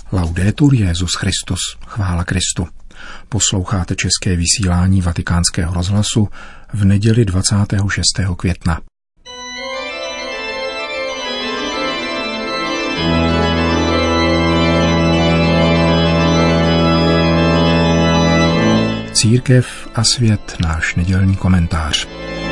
Laudetur Jesus Christus, chvála Kristu. Posloucháte české vysílání Vatikánského rozhlasu v neděli 26. května. Církev a svět, náš nedělní komentář.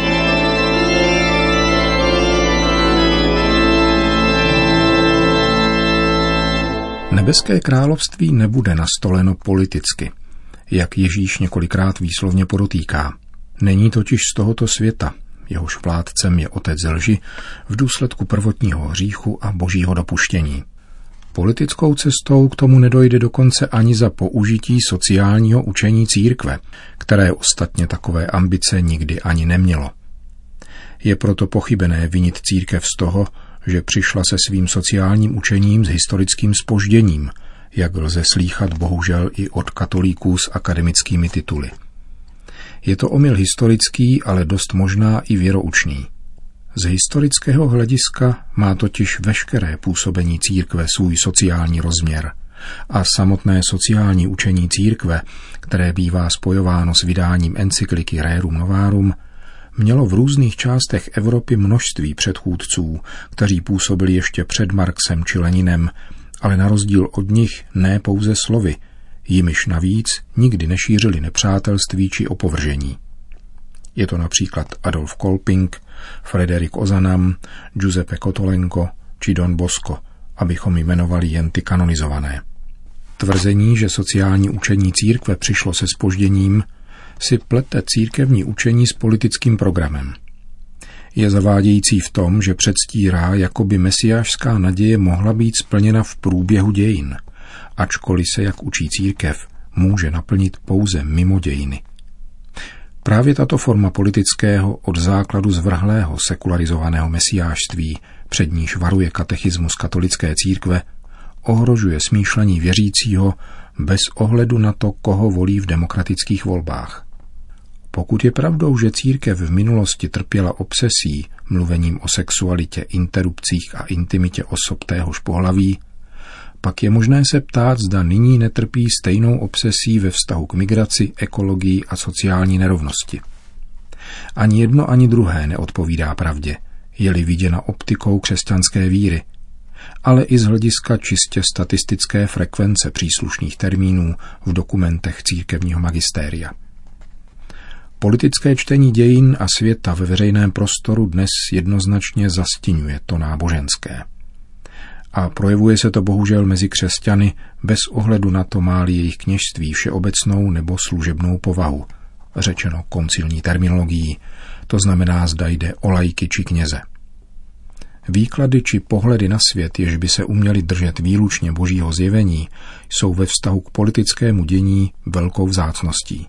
Nebeské království nebude nastoleno politicky, jak Ježíš několikrát výslovně podotýká. Není totiž z tohoto světa, jehož vládcem je otec lži v důsledku prvotního hříchu a božího dopuštění. Politickou cestou k tomu nedojde dokonce ani za použití sociálního učení církve, které ostatně takové ambice nikdy ani nemělo. Je proto pochybené vinit církev z toho, že přišla se svým sociálním učením s historickým zpožděním, jak lze slýchat bohužel i od katolíků s akademickými tituly. Je to omyl historický, ale dost možná i věroučný. Z historického hlediska má totiž veškeré působení církve svůj sociální rozměr a samotné sociální učení církve, které bývá spojováno s vydáním encykliky Rerum Novarum, mělo v různých částech Evropy množství předchůdců, kteří působili ještě před Marxem či Leninem, ale na rozdíl od nich ne pouze slovy, jimiž navíc nikdy nešířili nepřátelství či opovržení. Je to například Adolf Kolping, Frederik Ozanam, Giuseppe Kotolenko či Don Bosco, abychom jmenovali jen ty kanonizované. Tvrzení, že sociální učení církve přišlo se zpožděním, si plete církevní učení s politickým programem. Je zavádějící v tom, že předstírá, jako by mesiášská naděje mohla být splněna v průběhu dějin, ačkoliv se, jak učí církev, může naplnit pouze mimo dějiny. Právě tato forma politického od základu zvrhlého sekularizovaného mesiášství, před níž varuje katechismus katolické církve, ohrožuje smýšlení věřícího bez ohledu na to, koho volí v demokratických volbách. Pokud je pravdou, že církev v minulosti trpěla obsesí, mluvením o sexualitě, interrupcích a intimitě osob téhož pohlaví, pak je možné se ptát, zda nyní netrpí stejnou obsesí ve vztahu k migraci, ekologii a sociální nerovnosti. Ani jedno, ani druhé neodpovídá pravdě, je-li viděna optikou křesťanské víry, ale i z hlediska čistě statistické frekvence příslušných termínů v dokumentech církevního magistéria. Politické čtení dějin a světa ve veřejném prostoru dnes jednoznačně zastiňuje to náboženské. A projevuje se to bohužel mezi křesťany bez ohledu na to, má-li jejich kněžství všeobecnou nebo služebnou povahu, řečeno koncilní terminologií, to znamená, zda jde o laiky či kněze. Výklady či pohledy na svět, jež by se uměly držet výlučně božího zjevení, jsou ve vztahu k politickému dění velkou vzácností.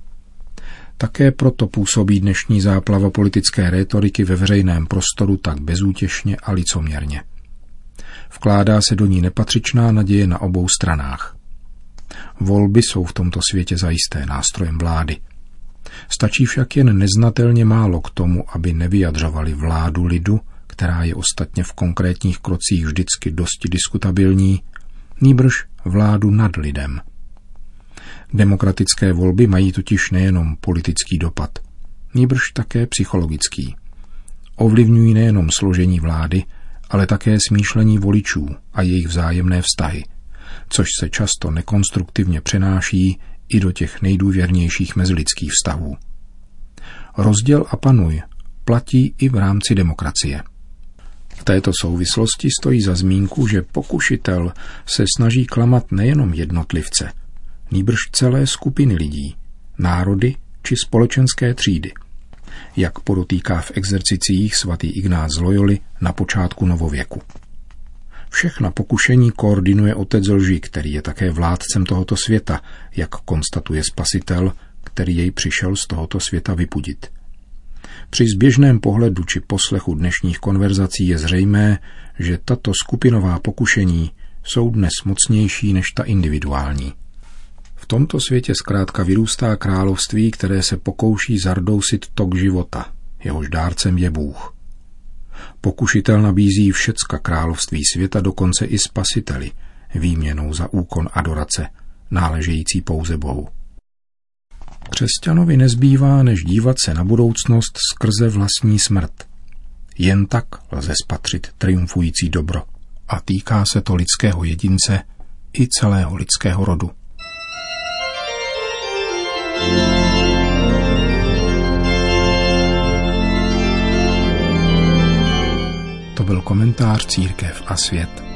Také proto působí dnešní záplava politické rétoriky ve veřejném prostoru tak bezútěšně a licoměrně. Vkládá se do ní nepatřičná naděje na obou stranách. Volby jsou v tomto světě zajisté nástrojem vlády. Stačí však jen neznatelně málo k tomu, aby nevyjadřovali vládu lidu, která je ostatně v konkrétních krocích vždycky dosti diskutabilní, nýbrž vládu nad lidem. Demokratické volby mají totiž nejenom politický dopad, nýbrž také psychologický. Ovlivňují nejenom složení vlády, ale také smýšlení voličů a jejich vzájemné vztahy, což se často nekonstruktivně přenáší i do těch nejdůvěrnějších mezilidských vztahů. Rozděl a panuj platí i v rámci demokracie. V této souvislosti stojí za zmínku, že pokušitel se snaží klamat nejenom jednotlivce, nýbrž celé skupiny lidí, národy či společenské třídy, jak podotýká v exercicích svatý Ignác z Loyoly na počátku novověku. Všechna pokušení koordinuje otec lži, který je také vládcem tohoto světa, jak konstatuje Spasitel, který jej přišel z tohoto světa vypudit. Při zběžném pohledu či poslechu dnešních konverzací je zřejmé, že tato skupinová pokušení jsou dnes mocnější než ta individuální. V tomto světě zkrátka vyrůstá království, které se pokouší zardousit tok života, jehož dárcem je Bůh. Pokušitel nabízí všecka království světa, dokonce i Spasiteli, výměnou za úkon adorace, náležející pouze Bohu. Křesťanovi nezbývá, než dívat se na budoucnost skrze vlastní smrt. Jen tak lze spatřit triumfující dobro. A týká se to lidského jedince i celého lidského rodu. To byl komentář Církev a svět.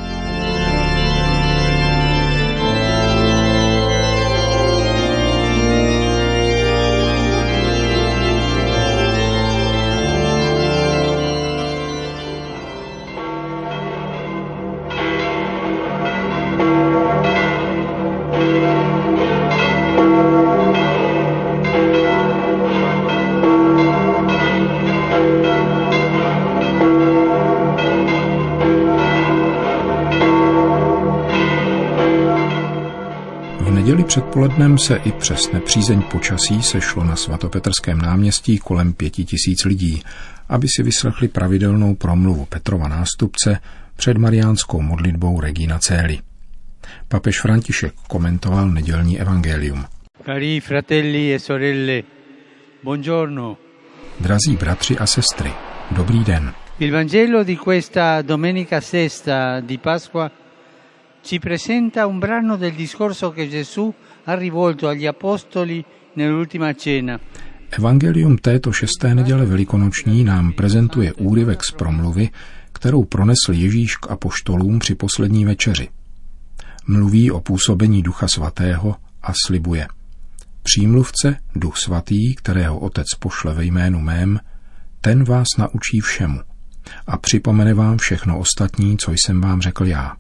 V neděli předpolednem se i přes nepřízeň počasí sešlo na svatopetrském náměstí kolem 5000 lidí, aby si vyslechli pravidelnou promluvu Petrova nástupce před mariánskou modlitbou Regina Coeli. Papež František komentoval nedělní evangelium. Cari fratelli e sorelle, buongiorno. Drazí bratři a sestry, dobrý den. Il Vangelo di questa domenica sesta di Pasqua ci presenta un brano del discorso che Gesù ha rivolto agli apostoli nell'ultima cena. Evangelium této 6. neděle velikonoční nám prezentuje úryvek z promluvy, kterou pronesl Ježíš k apoštolům při poslední večeři. Mluví o působení Ducha Svatého a slibuje: Přímluvce, Duch Svatý, kterého Otec pošle ve jménu mém, ten vás naučí všemu a připomene vám všechno ostatní, co jsem vám řekl já.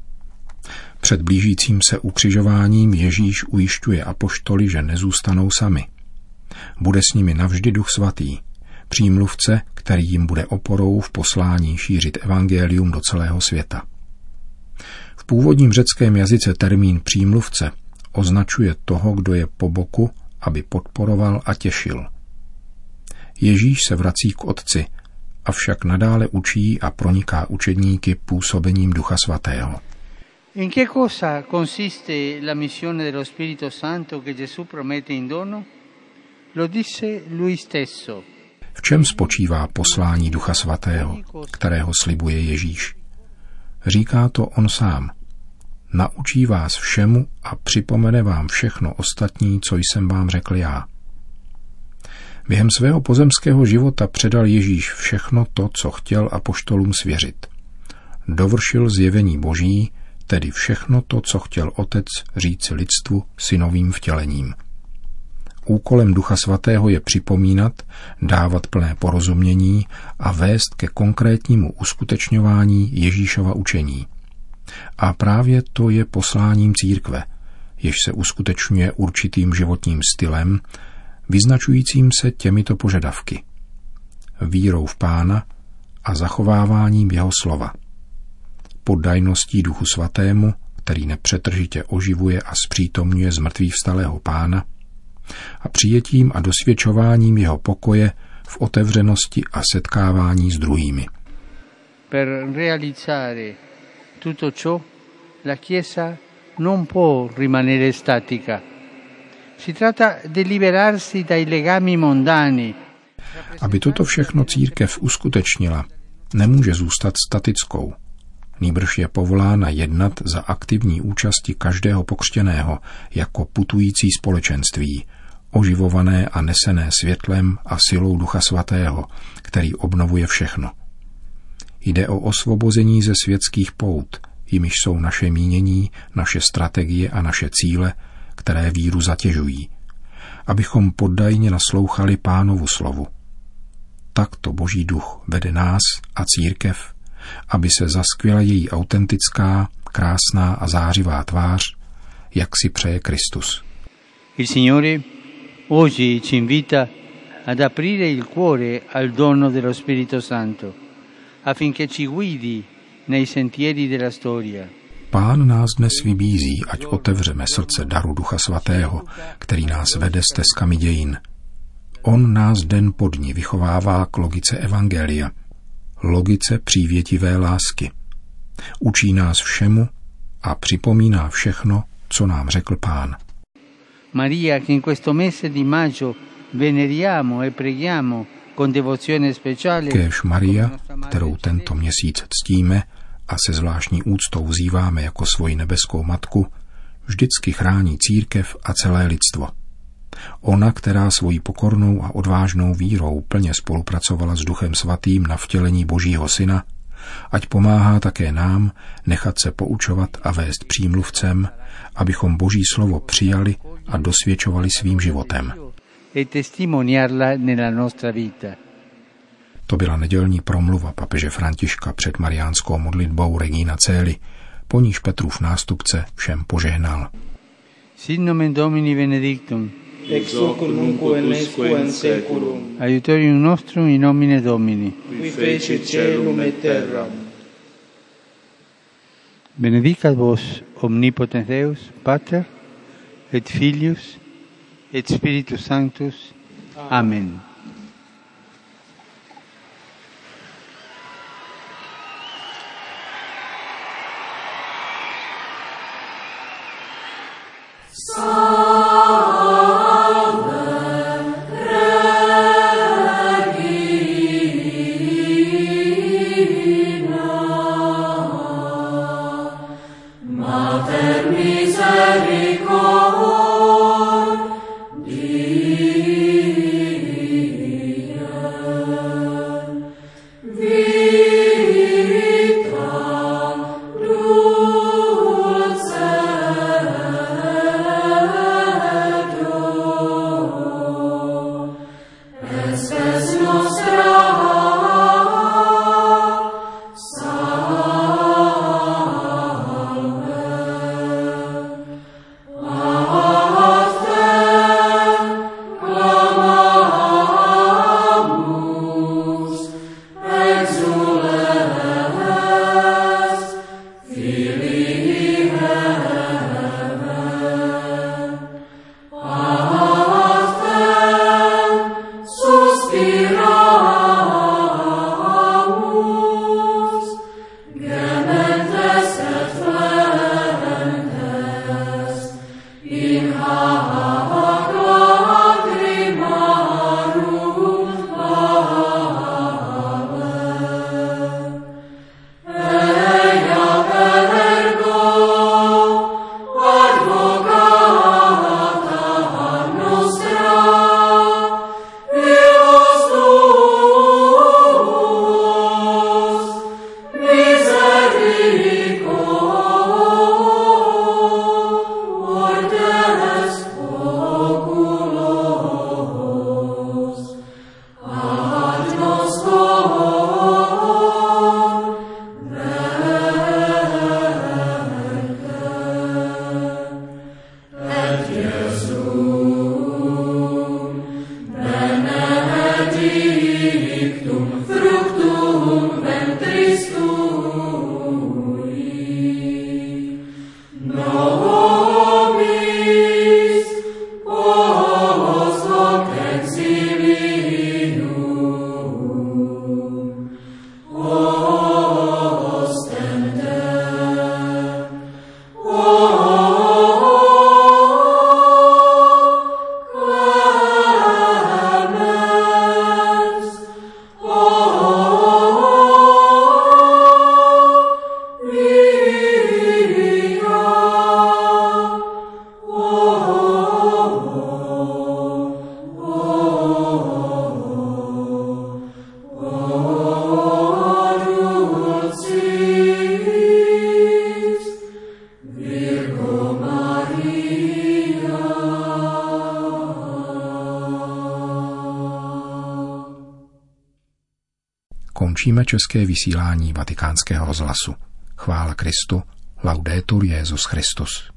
Před blížícím se ukřižováním Ježíš ujišťuje apoštoly, že nezůstanou sami. Bude s nimi navždy Duch Svatý, přímluvce, který jim bude oporou v poslání šířit evangelium do celého světa. V původním řeckém jazyce termín přímluvce označuje toho, kdo je po boku, aby podporoval a těšil. Ježíš se vrací k Otci, avšak nadále učí a proniká učedníky působením Ducha Svatého. In che cosa consiste la missione dello Spirito Santo che Gesù promette in dono? Lo dice lui stesso. V čem spočívá poslání Ducha Svatého, kterého slibuje Ježíš? Říká to on sám. Naučí vás všemu a připomene vám všechno ostatní, co jsem vám řekl já. Během svého pozemského života předal Ježíš všechno to, co chtěl apoštolům svěřit. Dovršil zjevení Boží, tedy všechno to, co chtěl Otec říci lidstvu synovým vtělením. Úkolem Ducha Svatého je připomínat, dávat plné porozumění a vést ke konkrétnímu uskutečňování Ježíšova učení. A právě to je posláním církve, jež se uskutečňuje určitým životním stylem, vyznačujícím se těmito požadavky: vírou v Pána a zachováváním jeho slova, poddajností Duchu Svatému, který nepřetržitě oživuje a zpřítomňuje zmrtvých vstalého Pána, a přijetím a dosvědčováním jeho pokoje v otevřenosti a setkávání s druhými. Per realizzare tutto ciò, la Chiesa non può rimanere statica. Si tratta di liberarsi dai legami mondani. Aby toto všechno církev uskutečnila, nemůže zůstat statickou. Nýbrž je povolána jednat za aktivní účasti každého pokřtěného jako putující společenství, oživované a nesené světlem a silou Ducha Svatého, který obnovuje všechno. Jde o osvobození ze světských pout, jimiž jsou naše mínění, naše strategie a naše cíle, které víru zatěžují, abychom poddajně naslouchali Pánovu slovu. Takto Boží duch vede nás a církev, aby se zaskvěla její autentická, krásná a zářivá tvář, jak si přeje Kristus. Il Signore oggi ci invita ad aprire il cuore al dono dello Spirito Santo, affinché ci guidi nei sentieri della storia. Pán nás dnes vybízí, ať otevřeme srdce daru Ducha Svatého, který nás vede stezkami dějin. On nás den po dni vychovává k logice evangelia, logice přívětivé lásky. Učí nás všemu a připomíná všechno, co nám řekl Pán. Maria, che in questo mese di maggio veneriamo e preghiamo con devozione speciale. Kéž Maria, kterou tento měsíc ctíme a se zvláštní úctou vzýváme jako svoji nebeskou matku, vždycky chrání církev a celé lidstvo. Ona, která svojí pokornou a odvážnou vírou plně spolupracovala s Duchem Svatým na vtělení Božího Syna, ať pomáhá také nám nechat se poučovat a vést přímluvcem, abychom Boží slovo přijali a dosvědčovali svým životem. To byla nedělní promluva papeže Františka před mariánskou modlitbou Regina Coeli, po níž Petrův nástupce všem požehnal. Sit nomen Domini benedictum, ex hoc nunc et nesque in seculum, aiutorium nostrum in nomine Domini, qui fece caelum et terram. Benedicat vos omnipotens Deus, Pater, et Filius, et Spiritus Sanctus. Amen. Končíme české vysílání Vatikánského rozhlasu. Chvála Kristu, laudetur Jesus Christus.